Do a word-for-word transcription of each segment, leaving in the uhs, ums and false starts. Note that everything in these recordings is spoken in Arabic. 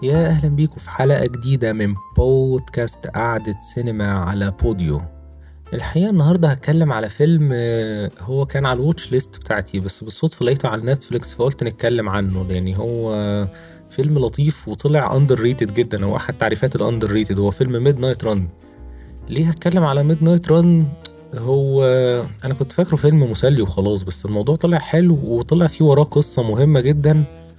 يا أهلا بيكم في حلقة جديدة من بودكاست قعدة سينما على بوديو. الحقيقة النهاردة هتكلم على فيلم آه، هو كان على الواتش ليست بتاعتي، بس بالصدفة لقيته على نتفليكس فقلت نتكلم عنه، يعني هو فيلم لطيف وطلع اندر ريتد جدا. هو أحد تعريفات الاندر ريتد هو فيلم ميد نايت ران. ليه هتكلم على ميد نايت ران؟ هو أنا كنت فاكره فيلم مسلي وخلاص، بس الموضوع طلع حلو وطلع فيه وراه قصة مهمة جدا،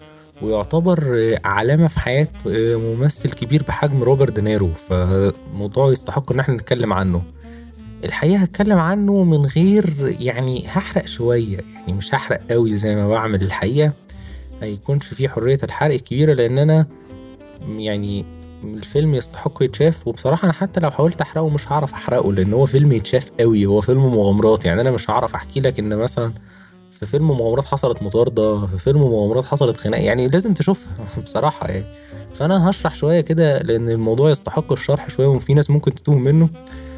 ويعتبر علامة في حياة ممثل كبير بحجم روبرت دينيرو، فموضوع يستحق ان احنا نتكلم عنه. الحقيقة هتكلم عنه من غير يعني هحرق شوية، يعني مش هحرق قوي زي ما بعمل الحقيقة، هيكونش فيه حرية الحرق الكبيرة، لان انا يعني الفيلم يستحق يتشاف. وبصراحة انا حتى لو حاولت احرقه مش هعرف احرقه، لان هو فيلم يتشاف قوي، هو فيلم مغامرات. يعني انا مش هعرف احكي لك ان مثلا في فيلم مغامرات حصلت مطاردة، في فيلم مغامرات حصلت خناقة، يعني لازم تشوفها بصراحة يعني. فأنا هشرح شوية كده لأن الموضوع يستحق الشرح شوية، وفي ناس ممكن تتوه منه.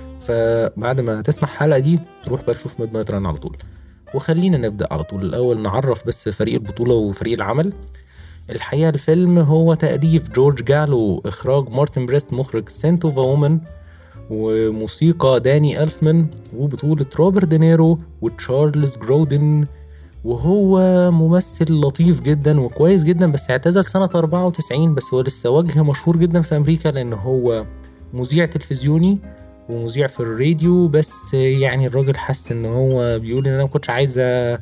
فبعد ما تسمع الحلقة دي تروح بقى تشوف ميد نايت ران على طول. وخلينا نبدأ على طول. الأول نعرف بس فريق البطولة وفريق العمل. الحقيقة الفيلم هو تأليف جورج جالو، إخراج مارتن بريست، مخرج سنت اوف وومن، وموسيقى داني ألفمان، وبطولة روبرت دينيرو وتشارلز جرودن. وهو ممثل لطيف جدا وكويس جدا، بس اعتزل سنة أربعة وتسعين، بس هو لسه وجه مشهور جدا في أمريكا لأنه هو مذيع تلفزيوني ومذيع في الراديو. بس يعني الراجل حس إن هو بيقول إن أنا ما كنتش عايز أ-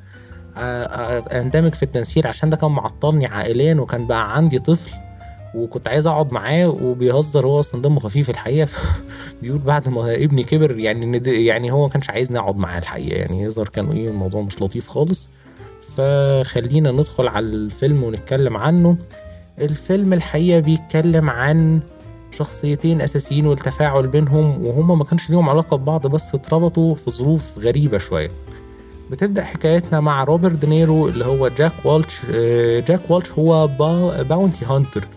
أ- أندمج في التمثيل عشان ده كان معطلني عائليا، وكان بقى عندي طفل وكنت عايز أقعد معاه. وبيهزر، هو أصلا دمه خفيف الحقيقة. بيقول بعد ما ابني كبر يعني ند- يعني هو ما كانش عايزني أقعد معاه الحقيقة، يعني يظهر كان إيه الموضوع مش لطيف خالص. فخلينا ندخل على الفيلم ونتكلم عنه. الفيلم الحقيقة بيتكلم عن شخصيتين أساسيين والتفاعل بينهم، وهما ما كانش ليهم علاقة ببعض بس اتربطوا في ظروف غريبة شوية. بتبدأ حكايتنا مع روبرت دينيرو اللي هو جاك والش. آه، جاك والش هو با باونتي هانتر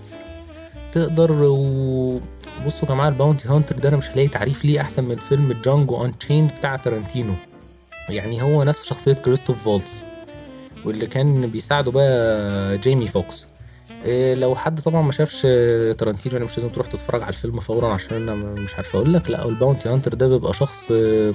تقدر و... بصوا يا جماعة، الباونتي هانتر ده أنا مش هلاقي تعريف ليه أحسن من فيلم جانجو أنشيند بتاع تارانتينو. يعني هو نفس شخصية كريستوف فولتز، واللي كان بيساعده بقى جيمي فوكس. إيه لو حد طبعا ما شافش تارانتينو، انا مش لازم تروح تتفرج على الفيلم فورا عشان انا مش عارف اقول لك. لا، الباونتي هانتر ده بيبقى شخص آه،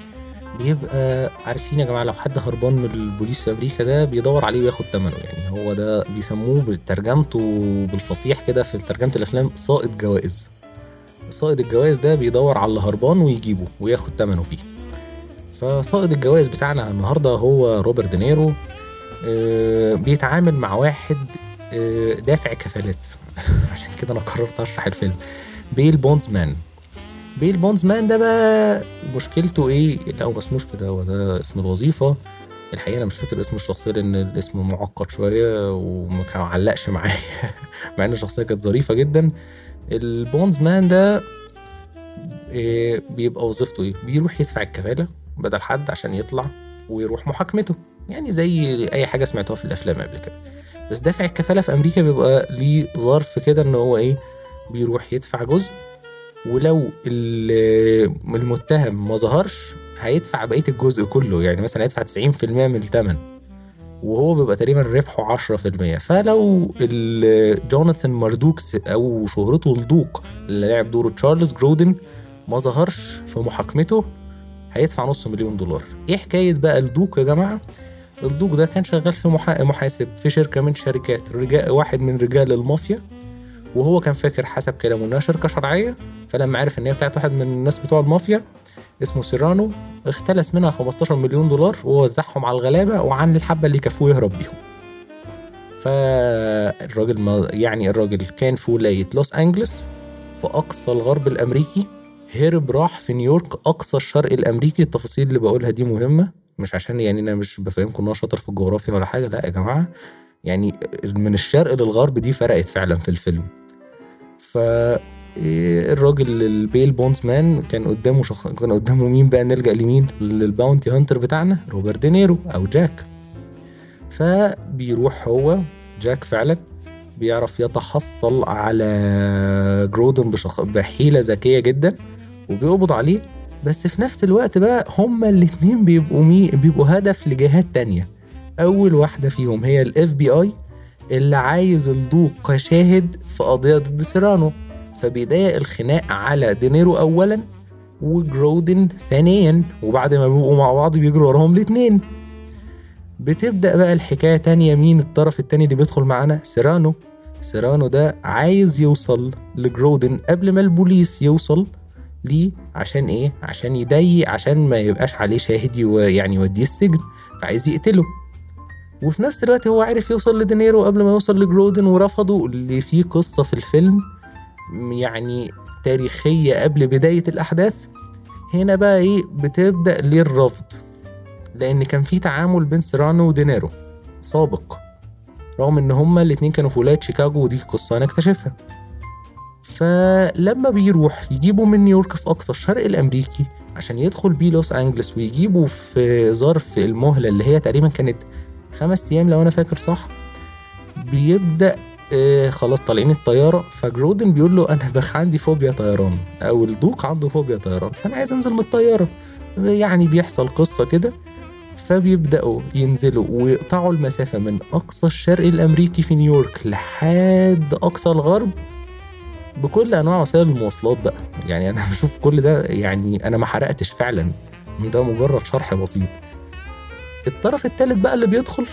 بيبقى عارفين يا جماعه، لو حد هربان من البوليس في امريكا ده بيدور عليه وياخد ثمنه. يعني هو ده بيسموه بترجمته بالفصيح كده في ترجمه الافلام سائد جوائز. سائد الجوائز ده بيدور على الهربان ويجيبه وياخد ثمنه فيه. فسائد الجوائز بتاعنا النهارده هو روبرت دينيرو. آه، بيتعامل مع واحد آه، دافع كفالات. عشان كده انا قررت اشرح الفيلم. بيل بونزمان. بيل بونزمان ده بقى مشكلته ايه؟ لا هو ما اسموش كده، هو ده اسم الوظيفة. الحقيقة انا مش فاكر اسم الشخصية لان الاسم معقد شوية وما كان معلقش معايا. مع ان الشخصية كانت ظريفة جدا. البونزمان ده آه، بيبقى وظيفته ايه؟ بيروح يدفع الكفالة بدل حد عشان يطلع ويروح محاكمته، يعني زي اي حاجه سمعتوها في الافلام قبل كده. بس دافع الكفاله في امريكا بيبقى ليه ظرف كده ان هو ايه، بيروح يدفع جزء، ولو ال- المتهم ما ظهرش هيدفع بقيه الجزء كله، يعني مثلا هيدفع تسعين في المية من الثمن، وهو بيبقى تقريبا ربحه عشرة في المية. فلو ال- جوناثان ماردوكس او شهرته الدوق اللي لعب دوره تشارلز جرودن ما ظهرش في محاكمته هيدفع نص مليون دولار. ايه حكايه بقى الدوق يا جماعه؟ الدوق ده كان شغال في محا... محاسب في شركة من شركات رجال، واحد من رجال المافيا، وهو كان فاكر حسب كلامه انها شركة شرعية. فلما عرف ان هي بتاعت واحد من الناس بتوع المافيا اسمه سيرانو، اختلس منها خمستاشر مليون دولار ووزعهم على الغلابة وعن الحبة اللي كفوه يهرب بيهم. فالراجل ما يعني الراجل كان في ولاية لوس أنجلس في أقصى الغرب الأمريكي، هرب راح في نيويورك أقصى الشرق الأمريكي. التفاصيل اللي بقولها دي مهمة، مش عشان يعني أنا مش بفهمكم إن أنا شاطر في الجغرافيا ولا حاجة، لا يا جماعة، يعني من الشرق للغرب دي فرقت فعلا في الفيلم. ف إيه الراجل البيل بونزمان كان قدامه شخ... كان قدامه مين بقى؟ نلجأ لمين؟ للباونتي هانتر بتاعنا روبرت دينيرو أو جاك. فبيروح هو جاك فعلا بيعرف يتحصل على جرودن بشخ... بحيلة ذكية جدا وبيقبض عليه. بس في نفس الوقت بقى هما الاتنين بيبقوا مي... بيبقوا هدف لجهات تانية. أول واحدة فيهم هي ال إف بي آي اللي عايز الضوء كشاهد في قضية ضد سيرانو. فبيضايق الخناق على دينيرو أولا وجرودن ثانيا، وبعد ما بيبقوا مع بعض بيجروا وراهم الاتنين. بتبدأ بقى الحكاية تانية. مين الطرف التاني اللي بيدخل معانا؟ سيرانو. سيرانو ده عايز يوصل لجرودن قبل ما البوليس يوصل ليه. عشان ايه؟ عشان يضايق، عشان ما يبقاش عليه شاهد يعني يوديه السجن، فعايز يقتله. وفي نفس الوقت هو عارف يوصل لدينيرو قبل ما يوصل لجرودن ورفضه، اللي فيه قصة في الفيلم يعني تاريخية قبل بداية الأحداث. هنا بقى ايه بتبدأ ليه الرفض؟ لأن كان في تعامل بين سيرانو ودينيرو سابق، رغم ان هما الاتنين كانوا في ولاية شيكاغو، ودي قصة انا اكتشفها. فلما بيروح يجيبوا من نيويورك في أقصى الشرق الأمريكي عشان يدخل بيه لوس أنجلس، ويجيبوا في ظرف المهلة اللي هي تقريبا كانت خمس أيام لو أنا فاكر صح، بيبدأ آه خلاص طالعين الطيارة. فجرودن بيقول له أنا بخ عندي فوبيا طيران، أو الدوق عنده فوبيا طيران، فأنا عايز أنزل من الطيارة. يعني بيحصل قصة كده، فبيبدأوا ينزلوا ويقطعوا المسافة من أقصى الشرق الأمريكي في نيويورك لحد أقصى الغرب بكل أنواع وسائل المواصلات بقى. يعني أنا بشوف كل ده، يعني أنا ما حرقتش فعلا، ده مجرد شرح بسيط. الطرف الثالث بقى اللي بيدخل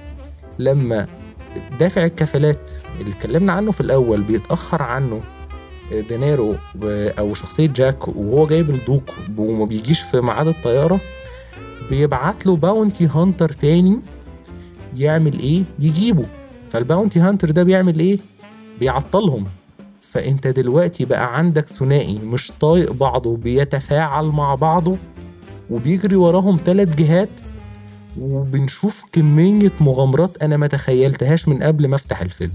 لما دافع الكفالات اللي اتكلمنا عنه في الأول بيتأخر عنه دينيرو أو شخصية جاك، وهو جايب الدوق وما بيجيش في ميعاد الطيارة، بيبعت له باونتي هانتر تاني يعمل ايه؟ يجيبه. فالباونتي هانتر ده بيعمل ايه؟ بيعطلهم. فانت دلوقتي بقى عندك ثنائي مش طايق بعضه، بيتفاعل مع بعضه وبيجري وراهم ثلاث جهات، وبنشوف كمية مغامرات انا ما تخيلتهاش من قبل ما افتح الفيلم.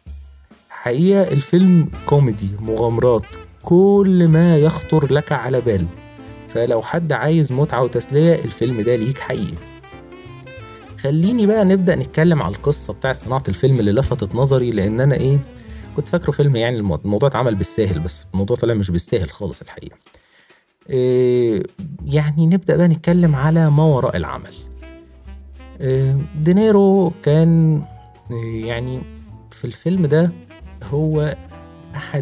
حقيقة الفيلم كوميدي، مغامرات، كل ما يخطر لك على بال. فلو حد عايز متعة وتسلية الفيلم ده ليك حقيقي. خليني بقى نبدأ نتكلم على القصة بتاعت صناعة الفيلم اللي لفتت نظري، لأن أنا إيه كنت فاكره فيلم يعني الموضوع اتعمل بالساهل، بس الموضوع طلع مش بالساهل خالص الحقيقة. إيه يعني نبدأ بقى نتكلم على ما وراء العمل. إيه دينيرو كان إيه يعني في الفيلم ده هو أحد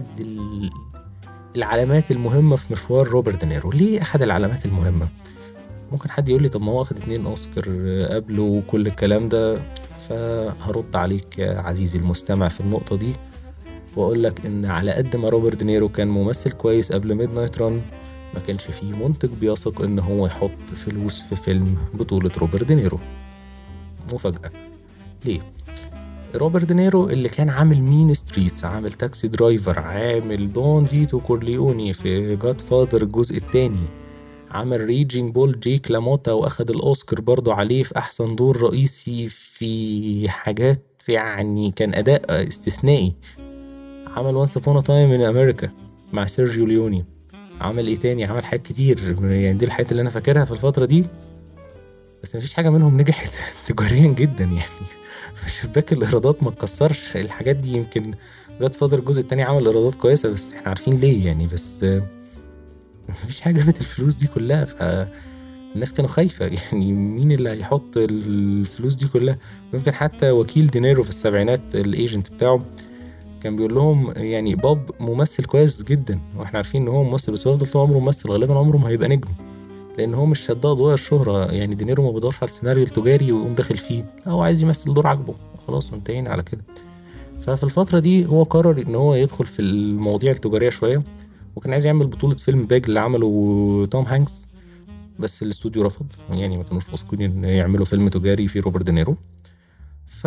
العلامات المهمة في مشوار روبرت دينيرو. ليه أحد العلامات المهمة؟ ممكن حد يقول لي طب ما هو أخد اتنين أوسكار قبله وكل الكلام ده، فهرد عليك يا عزيزي المستمع في النقطة دي وأقول لك إن على قد ما روبرت دينيرو كان ممثل كويس قبل ميدنايت ران، ما كانش فيه منتج بيثق إن هو يحط فلوس في فيلم بطولة روبرت دينيرو. مفاجأة. ليه؟ روبرت دينيرو اللي كان عامل مين ستريتس، عامل تاكسي درايفر، عامل دون فيتو كورليوني في جاد فاذر الجزء الثاني، عمل ريجينج بول جيك لاموتا واخد الأوسكار برضو عليه في أحسن دور رئيسي في حاجات يعني كان أداء استثنائي، عمل وانس أبون تايم إن أمريكا مع سيرجيو ليوني، عمل إيه تاني، عمل حاجات كتير. يعني دي الحاجات اللي أنا فاكرها في الفترة دي، بس مفيش حاجة منهم نجحت تجاريا جدا. يعني في شباك الإيرادات ما تكسرش الحاجات دي. يمكن جاد فاذر الجزء التاني عمل إيرادات كويسة، بس احنا عارفين ليه يعني، بس مفيش حاجة جابت الفلوس دي كلها. فالناس كانوا خايفة، يعني مين اللي هيحط الفلوس دي كلها؟ يمكن حتى وكيل دينيرو في السبعينات الايجنت بتاعه كان بيقول لهم يعني بوب ممثل كويس جدا، واحنا عارفين ان هو ممثل، بس هو يفضل طول عمره ممثل، غالبا عمره ما هيبقى نجم، لان هو مش شداد ضوء الشهرة. يعني دينيرو ما بيدورش على السيناريو التجاري ويقوم داخل فيه، هو عايز يمثل دور عاجبه وخلاص وانتهينا على كده. ففي الفترة دي هو قرر ان هو يدخل في المواضيع التجارية شوية، وكان عايز يعمل بطولة فيلم باج اللي عمله توم هانكس، بس الاستوديو رفض، يعني ما كانوش واثقين ان يعملوا فيلم تجاري في روبرت دينيرو. ف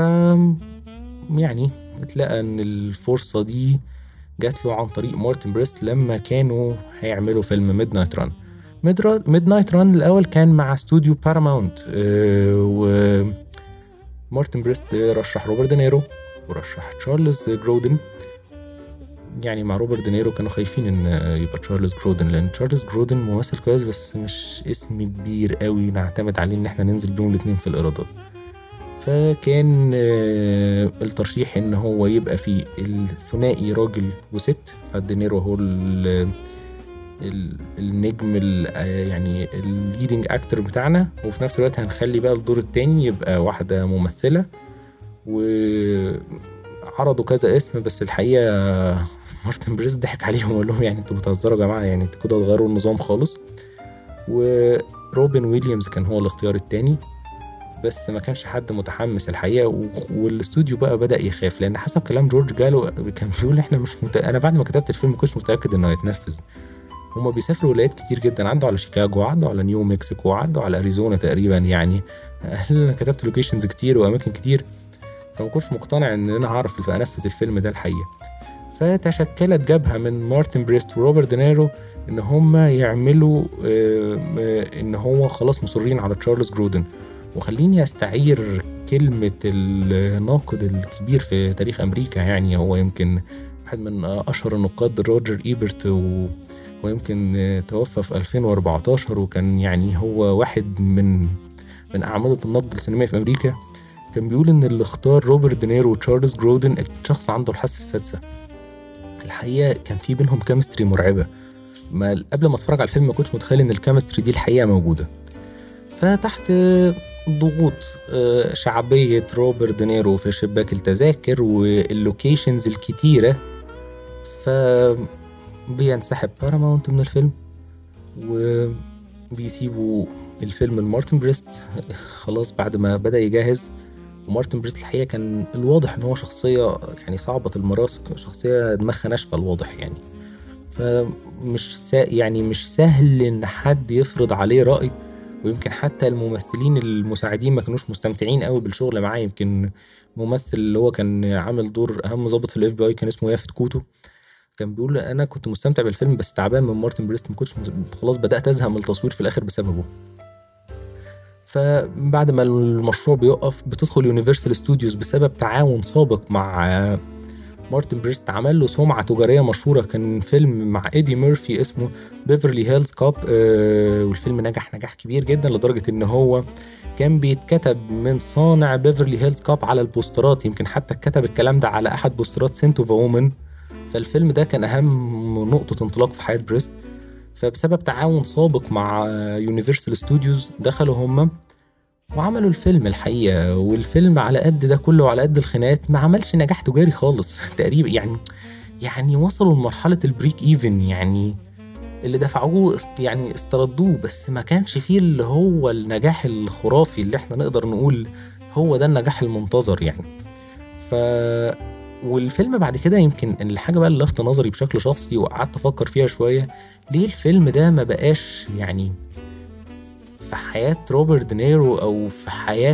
يعني اتلقى ان الفرصة دي جات له عن طريق مارتن بريست لما كانوا هيعملوا فيلم ميدنايت ران. ميدنايت ران الأول كان مع استوديو باراماونت، أه ومارتن بريست رشح روبرت دينيرو ورشح تشارلز جرودن. يعني مع روبرت دينيرو كانوا خايفين ان يبقى تشارلز جرودن، لان تشارلز جرودن ممثل كويس بس مش اسم كبير قوي نعتمد عليه ان احنا ننزل بيهم الاثنين في الايرادات. فكان الترشيح ان هو يبقى في الثنائي راجل وست، فدينيرو هو النجم يعني الليدنج اكتر بتاعنا، وفي نفس الوقت هنخلي بقى الدور التاني يبقى واحدة ممثلة. عرضوا كذا اسم، بس الحقيقة مارتن بريست ضحك عليهم وقال لهم يعني انتوا بتهزروا يا جماعة، يعني انتوا كده هتغيروا النظام خالص. وروبن ويليامز كان هو الاختيار التاني، بس ما كانش حد متحمس الحقيقة. والاستوديو بقى بدأ يخاف، لأن حسب كلام جورج جالو كان بيقول احنا مش مت... أنا بعد ما كتبت الفيلم كنتش متأكد إنه هيتنفذ. هما بيسافروا ولايات كتير جدا، عدوا على شيكاغو، عدوا على نيو مكسيكو، عدوا على أريزونا تقريبا. يعني أنا كتبت لوكيشنز كتير وأماكن كتير، فما كنتش مقتنع إن أنا هعرف أنفذ الفيلم ده الحقيقة. فتشكلت جبهة من مارتن بريست وروبرت دينيرو إن هما يعملوا إن هو خلاص مصرين على تشارلز جرودن. وخليني أستعير كلمة الناقد الكبير في تاريخ أمريكا، يعني هو يمكن واحد من أشهر النقاد، روجر إيبرت، و... ويمكن توفى في ألفين وأربعتاشر، وكان يعني هو واحد من من أعمدة النقد السينمائي في أمريكا. كان بيقول إن اللي اختار روبرت دينيرو وتشارلز جرودن شخص عنده الحاسة السادسة. الحقيقة كان في بينهم كيمستري مرعبة، ما قبل ما اتفرج على الفيلم ما كنتش متخيل إن الكيمستري دي الحقيقة موجودة. فتحت ضغوط شعبية روبرت دينيرو في شباك التذاكر واللوكيشنز الكتيرة، فبينسحب باراماونت من الفيلم وبيسيبوا الفيلم لمارتن بريست خلاص بعد ما بدأ يجهز. ومارتن بريست الحقيقة كان الواضح ان هو شخصية يعني صعبة المراسك، شخصية دماغها ناشفة الواضح يعني، فمش سا يعني مش سهل ان حد يفرض عليه رأي. ويمكن حتى الممثلين المساعدين ما كانوش مستمتعين قوي بالشغل معاه. يمكن ممثل اللي هو كان عامل دور اهم ضابط في الاف بي اي كان اسمه يافت كوتو، كان بيقول انا كنت مستمتع بالفيلم بس تعبان من مارتن بريست، ما كنتش خلاص بدأت ازهق من التصوير في الاخر بسببه. فبعد ما المشروع بيقف بتدخل يونيفرسال ستوديوز بسبب تعاون سابق مع مارتن بريست، عمل له سمعة تجارية مشهورة. كان فيلم مع إيدي ميرفي اسمه بيفرلي هيلز كوب، آه والفيلم نجح نجاح كبير جدا لدرجة إن هو كان بيتكتب من صانع بيفرلي هيلز كوب على البوسترات. يمكن حتى كتب الكلام ده على أحد بوسترات سنت اوف وومن. فالفيلم ده كان أهم نقطة انطلاق في حياة بريست. فبسبب تعاون سابق مع يونيفرسال ستوديوز دخلوا هم وعملوا الفيلم الحقيقة. والفيلم على قد ده كله وعلى قد الخناقات ما عملش نجاح تجاري خالص تقريبا. يعني يعني وصلوا لمرحلة البريك ايفن، يعني اللي دفعوه است يعني استردوه، بس ما كانش فيه اللي هو النجاح الخرافي اللي احنا نقدر نقول هو ده النجاح المنتظر يعني. ف والفيلم بعد كده يمكن الحاجة بقى اللي لفت نظري بشكل شخصي وقعدت أفكر فيها شوية، ليه الفيلم ده ما بقاش يعني في حياة روبرت دينيرو أو في حياة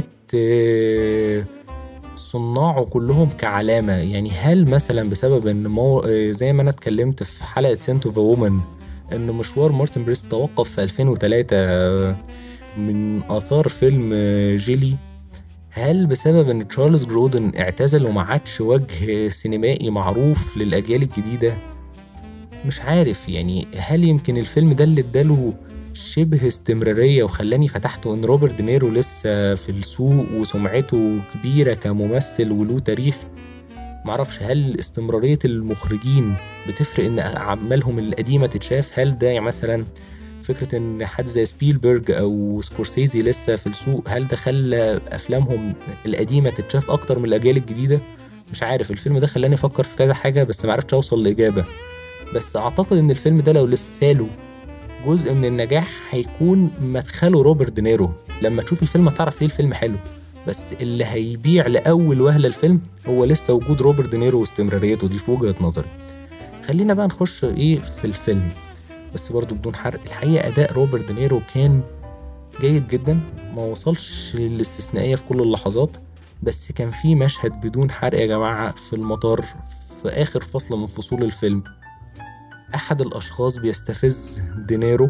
صناعه كلهم كعلامة؟ يعني هل مثلا بسبب ان مو زي ما انا اتكلمت في حلقة سنت اوف وومن ان مشوار مارتن بريست توقف في ألفين وثلاثة من اثار فيلم جيلي؟ هل بسبب ان تشارلز جرودن اعتزل وما عادش وجه سينمائي معروف للاجيال الجديدة؟ مش عارف يعني. هل يمكن الفيلم ده اللي اداله شبه استمرارية وخلاني فتحته ان روبرت دينيرو لسه في السوق وسمعته كبيرة كممثل وله تاريخ؟ معرفش. هل استمرارية المخرجين بتفرق ان اعمالهم القديمة تتشاف؟ هل ده يعني مثلا فكرة ان حد زي سبيلبرج او سكورسيزي لسه في السوق، هل ده خلى افلامهم القديمة تتشاف اكتر من الاجيال الجديدة؟ مش عارف. الفيلم ده خلاني افكر في كذا حاجة بس معرفتش اوصل لاجابة. بس اعتقد ان الفيلم ده لو لسه له جزء من النجاح هيكون مدخله روبرت دينيرو. لما تشوف الفيلم هتعرف ليه الفيلم حلو، بس اللي هيبيع لأول وهلة الفيلم هو لسه وجود روبرت دينيرو واستمراريته دي في وجهة نظري. خلينا بقى نخش ايه في الفيلم بس برضو بدون حرق. الحقيقة أداء روبرت دينيرو كان جيد جدا، ما وصلش للاستثنائية في كل اللحظات، بس كان في مشهد بدون حرق يا جماعة في المطار في آخر فصل من فصول الفيلم. أحد الأشخاص بيستفز دينيرو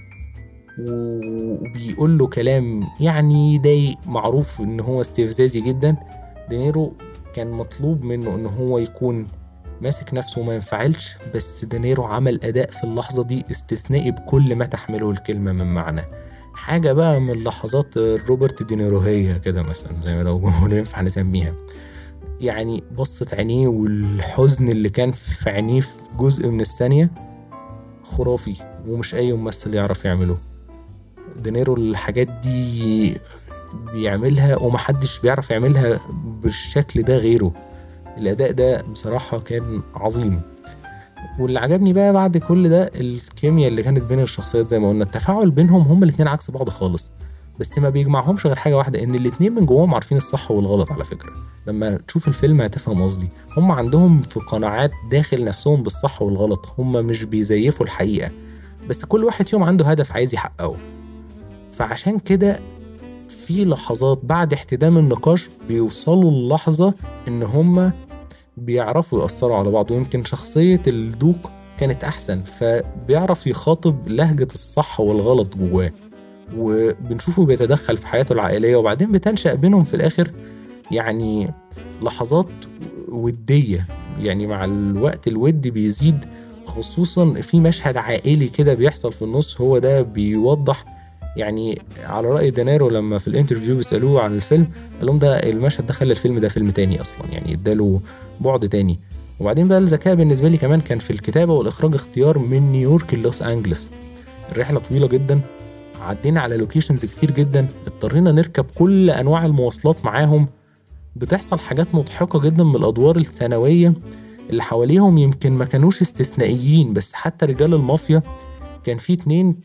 وبيقول له كلام يعني يضايق، معروف إن هو استفزازي جدا. دينيرو كان مطلوب منه إن هو يكون ماسك نفسه وما ينفعلش، بس دينيرو عمل أداء في اللحظة دي استثنائي بكل ما تحمله الكلمة من معنى. حاجة بقى من لحظات روبرت دينيروهية كده مثلا زي ما لو ينفع نسميها. يعني بصت عينيه والحزن اللي كان في عينيه في جزء من الثانية خرافي، ومش أي ممثل يعرف يعمله. دينيرو الحاجات دي بيعملها ومحدش بيعرف يعملها بالشكل ده غيره. الاداء ده بصراحة كان عظيم. واللي عجبني بقى بعد كل ده الكيمياء اللي كانت بين الشخصيات، زي ما قلنا التفاعل بينهم، هما الاتنين عكس بعض خالص، بس ما بيجمعهمش غير حاجة واحدة، ان الاتنين من جواهم عارفين الصح والغلط. على فكرة لما تشوف الفيلم هتفهم قصدي، هما عندهم في قناعات داخل نفسهم بالصح والغلط، هما مش بيزيفوا الحقيقة، بس كل واحد فيهم عنده هدف عايز يحققه. فعشان كده في لحظات بعد احتدام النقاش بيوصلوا اللحظة ان هما بيعرفوا يأثروا على بعض. ويمكن شخصية الدوق كانت أحسن، فبيعرف يخاطب لهجة الصح والغلط جواه، وبنشوفه بيتدخل في حياته العائلية، وبعدين بتنشأ بينهم في الآخر يعني لحظات ودية. يعني مع الوقت الود بيزيد، خصوصا في مشهد عائلي كده بيحصل في النص، هو ده بيوضح يعني على رأي دينيرو لما في الانترفيو بيسألوه عن الفيلم، قال لهم ده المشهد ده خلى الفيلم ده فيلم تاني أصلا، يعني اداله بعد تاني. وبعدين بقى الذكاء بالنسبة لي كمان كان في الكتابة والإخراج، اختيار من نيويورك للوس أنجلس. الرحلة طويلة جدا، عدينا على لوكيشنز كتير جدا، اضطرينا نركب كل أنواع المواصلات معاهم، بتحصل حاجات مضحكة جدا من الأدوار الثانوية اللي حواليهم، يمكن ما كانوش استثنائيين، بس حتى رجال المافيا كان في اتنين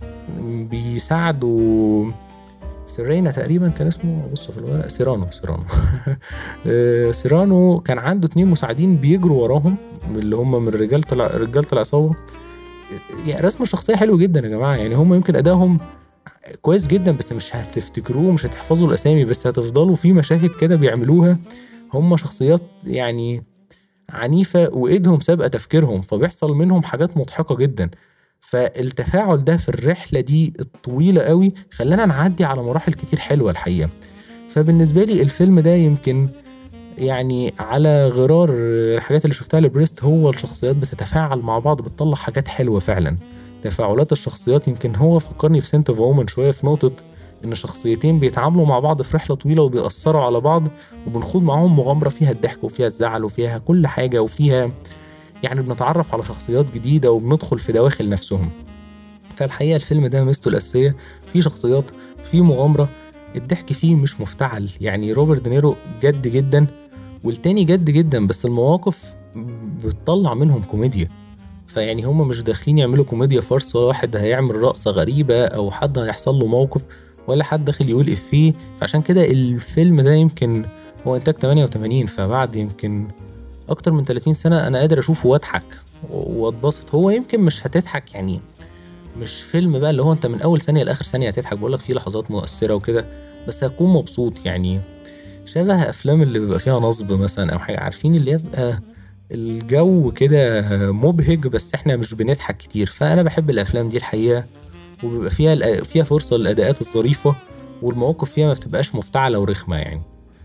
بيساعدوا سيرينا تقريبا كان اسمه، بصوا في الورق سيرانو سيرانو سيرانو كان عنده اتنين مساعدين بيجروا وراهم، اللي هم من رجال طلع رجال العصابة. يعني رسم الشخصية حلو جدا يا جماعة، يعني هم يمكن أدائهم كويس جدا، بس مش هتفتكروه، مش هتحفظوا الأسامي، بس هتفضلوا في مشاهد كده بيعملوها. هم شخصيات يعني عنيفة وإيدهم سابقة تفكيرهم، فبيحصل منهم حاجات مضحكة جدا. فالتفاعل ده في الرحلة دي الطويلة قوي خلانا نعدي على مراحل كتير حلوة الحقيقة. فبالنسبة لي الفيلم ده يمكن يعني على غرار الحاجات اللي شفتها لبريست، هو الشخصيات بتتفاعل مع بعض، بتطلع حاجات حلوة فعلا. تفاعلات الشخصيات يمكن هو فكرني بسنت اوف وومن شوية، في نقطة إن شخصيتين بيتعاملوا مع بعض في رحلة طويلة وبيأثروا على بعض، وبنخوض معاهم مغامرة فيها الضحك وفيها الزعل وفيها كل حاجة، وفيها يعني بنتعرف على شخصيات جديدة وبندخل في دواخل نفسهم. فالحقيقة الفيلم ده ميزته الأساسية فيه شخصيات، فيه مغامرة، الضحك فيه مش مفتعل. يعني روبرت دينيرو جد جدا والتاني جد جدا، بس المواقف بتطلع منهم كوميديا. فيعني هما مش داخلين يعملوا كوميديا فرص، ولا واحد هيعمل رقصة غريبة أو حد هيحصل له موقف، ولا حد داخل يقول إفيه. فعشان كده الفيلم ده يمكن هو إنتاج تمانية وتمانين، فبعد يمكن أكتر من تلاتين سنة أنا قادر أشوفه وأضحك وأتبسط. هو يمكن مش هتضحك، يعني مش فيلم بقى اللي هو أنت من أول ثانية لآخر ثانية هتضحك، بقولك فيه لحظات مؤثرة وكده، بس هتكون مبسوط. يعني شبه أفلام اللي بيبقى فيها نصب مثلا أو حاجة، عارفين اللي يبقى الجو كده مبهج بس احنا مش بنضحك كتير. فأنا بحب الأفلام دي الحقيقة، وبيبقى فيها فيها فرصة للأداءات الظريفة، والمواقف فيها ما بتبقاش مفتعلة ورخمة يعني.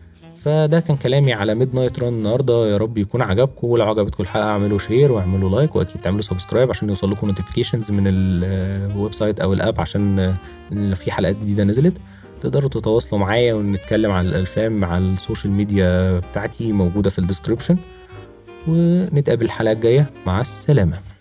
فده كان كلامي على ميد نايت ران النهارده، يا رب يكون عجبكم، ولو عجبتكم الحلقه اعملوا شير واعملوا لايك، واكيد تعملوا سبسكرايب عشان يوصل لكم نوتيفيكيشنز من الويب سايت او الاب، عشان في حلقات جديده نزلت. تقدروا تتواصلوا معايا ونتكلم عن الافلام على السوشيال ميديا بتاعتي موجوده في الديسكريبشن، ونتقابل الحلقه الجايه. مع السلامه.